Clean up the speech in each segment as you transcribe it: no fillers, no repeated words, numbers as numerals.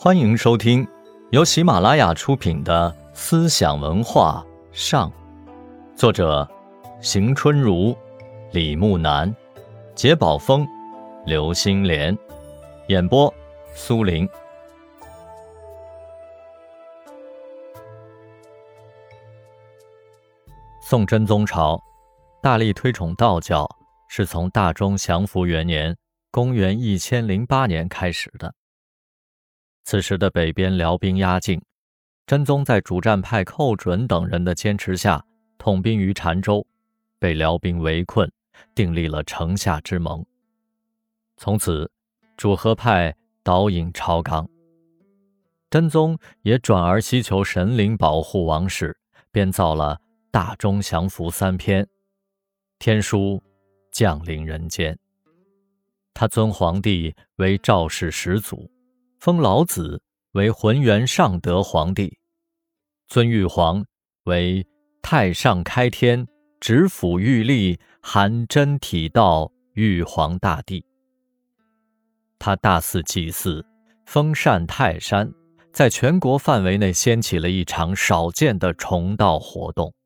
欢迎收听由喜马拉雅出品的《思想文化上》，作者邢春如、李木南、杰宝峰、刘星莲，演播苏林。宋真宗朝大力推崇道教，是从大中祥符元年公元1008年开始的。此时的北边辽兵压境，真宗在主战派寇准等人的坚持下，统兵于澶州，被辽兵围困，订立了城下之盟。从此主和派导引朝纲，真宗也转而希求神灵保护王室，编造了大中祥符3篇，天书降临人间。他尊皇帝为赵氏始祖，封老子为浑元上德皇帝，尊玉皇为太上开天，执斧玉立，含真体道玉皇大帝。他大肆祭祀，封禅泰山，在全国范围内掀起了一场少见的崇道活动。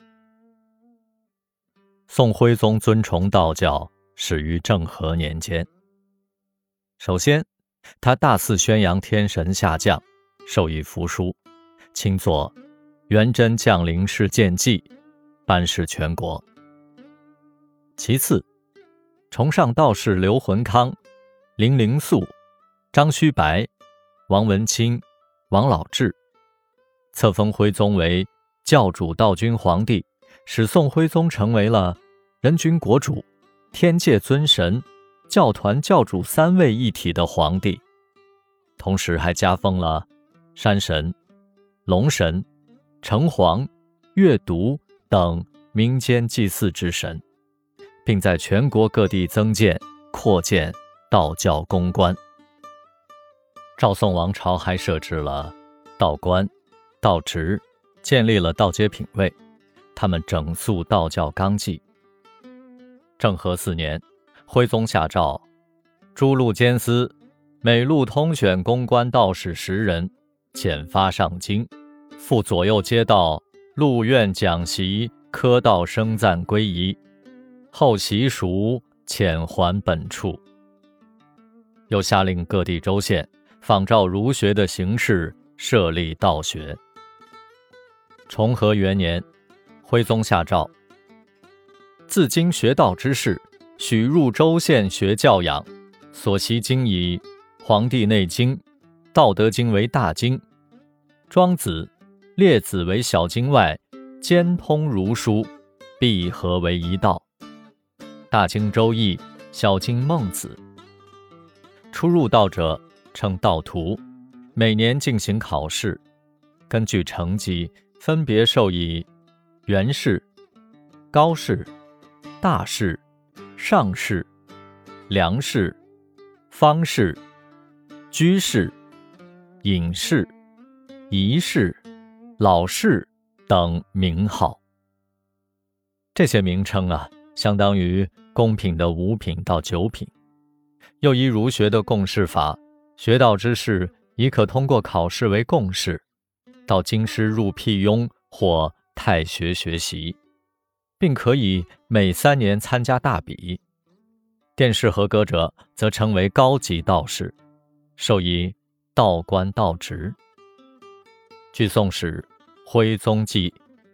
宋徽宗尊崇道教始于政和年间。首先，他大肆宣扬天神下降，授以符书，亲作《元真降临事见记》，颁示全国。其次，崇尚道士刘浑康、林灵素、张须白、王文清、王老志，册封徽宗为教主道君皇帝，使宋徽宗成为了人君国主、天界尊神、教团教主3位一体的皇帝，同时还加封了山神、龙神、城隍、月读等民间祭祀之神，并在全国各地增建、扩建道教宫观。赵宋王朝还设置了道观、道职，建立了道阶品位，他们整肃道教纲纪。政和4年，徽宗下诏，诸路监司每路通选公关道士10人，遣发上京，赴左右街道、路院讲习、科道升赞归仪，后习熟，遣还本处。又下令各地州县仿照儒学的形式设立道学。崇和元年，徽宗下诏，自今学道之士，许入州县学教养，所习经以黄帝内经、道德经为大经，庄子、列子为小经外，兼通儒书，必合为一道。大经周易，小经孟子。初入道者称道徒，每年进行考试，根据成绩分别授以元士、高士、大士、上士、良士、方士、居士、隐士、仪士、老士等名号。这些名称相当于宫品的5品到9品。又依儒学的共试法，学道之士已可通过考试为贡士，到京师入辟雍或太学学习，并可以每3年参加大比。殿试合格者则称为高级道士，授以道官道职。据宋史《徽宗记》，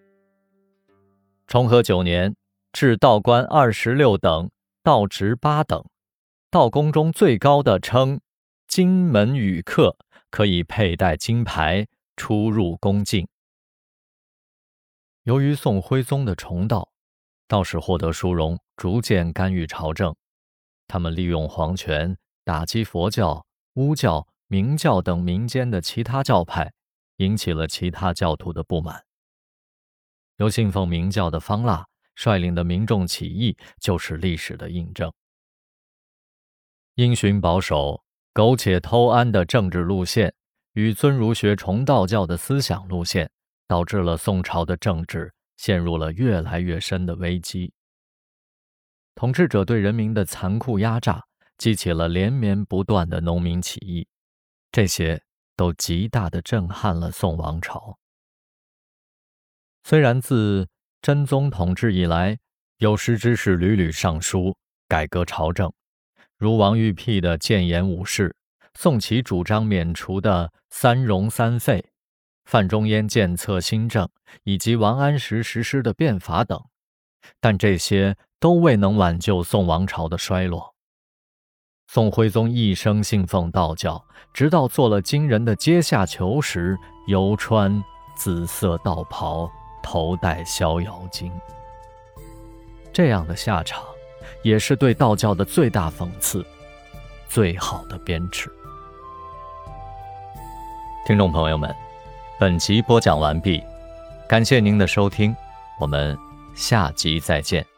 崇和9年，置道官26等，道职8等。道宫中最高的称金门羽客，可以佩戴金牌出入宫境。由于宋徽宗的崇道，道士获得殊荣，逐渐干预朝政。他们利用皇权打击佛教、巫教、明教等民间的其他教派，引起了其他教徒的不满。由信奉明教的方腊率领的民众起义就是历史的印证。因循保守、苟且偷安的政治路线与尊儒学崇道教的思想路线，导致了宋朝的政治陷入了越来越深的危机。统治者对人民的残酷压榨，激起了连绵不断的农民起义，这些都极大地震撼了宋王朝。虽然自真宗统治以来，有识之士屡屡上书改革朝政，如王玉辟的谏言五事，宋祁主张免除的三容三废，范仲淹建策新政，以及王安石实施的变法等，但这些都未能挽救宋王朝的衰落。宋徽宗一生信奉道教，直到做了惊人的阶下囚时，犹穿紫色道袍，头戴逍遥巾。这样的下场，也是对道教的最大讽刺，最好的鞭笞。听众朋友们，本集播讲完毕，感谢您的收听，我们下集再见。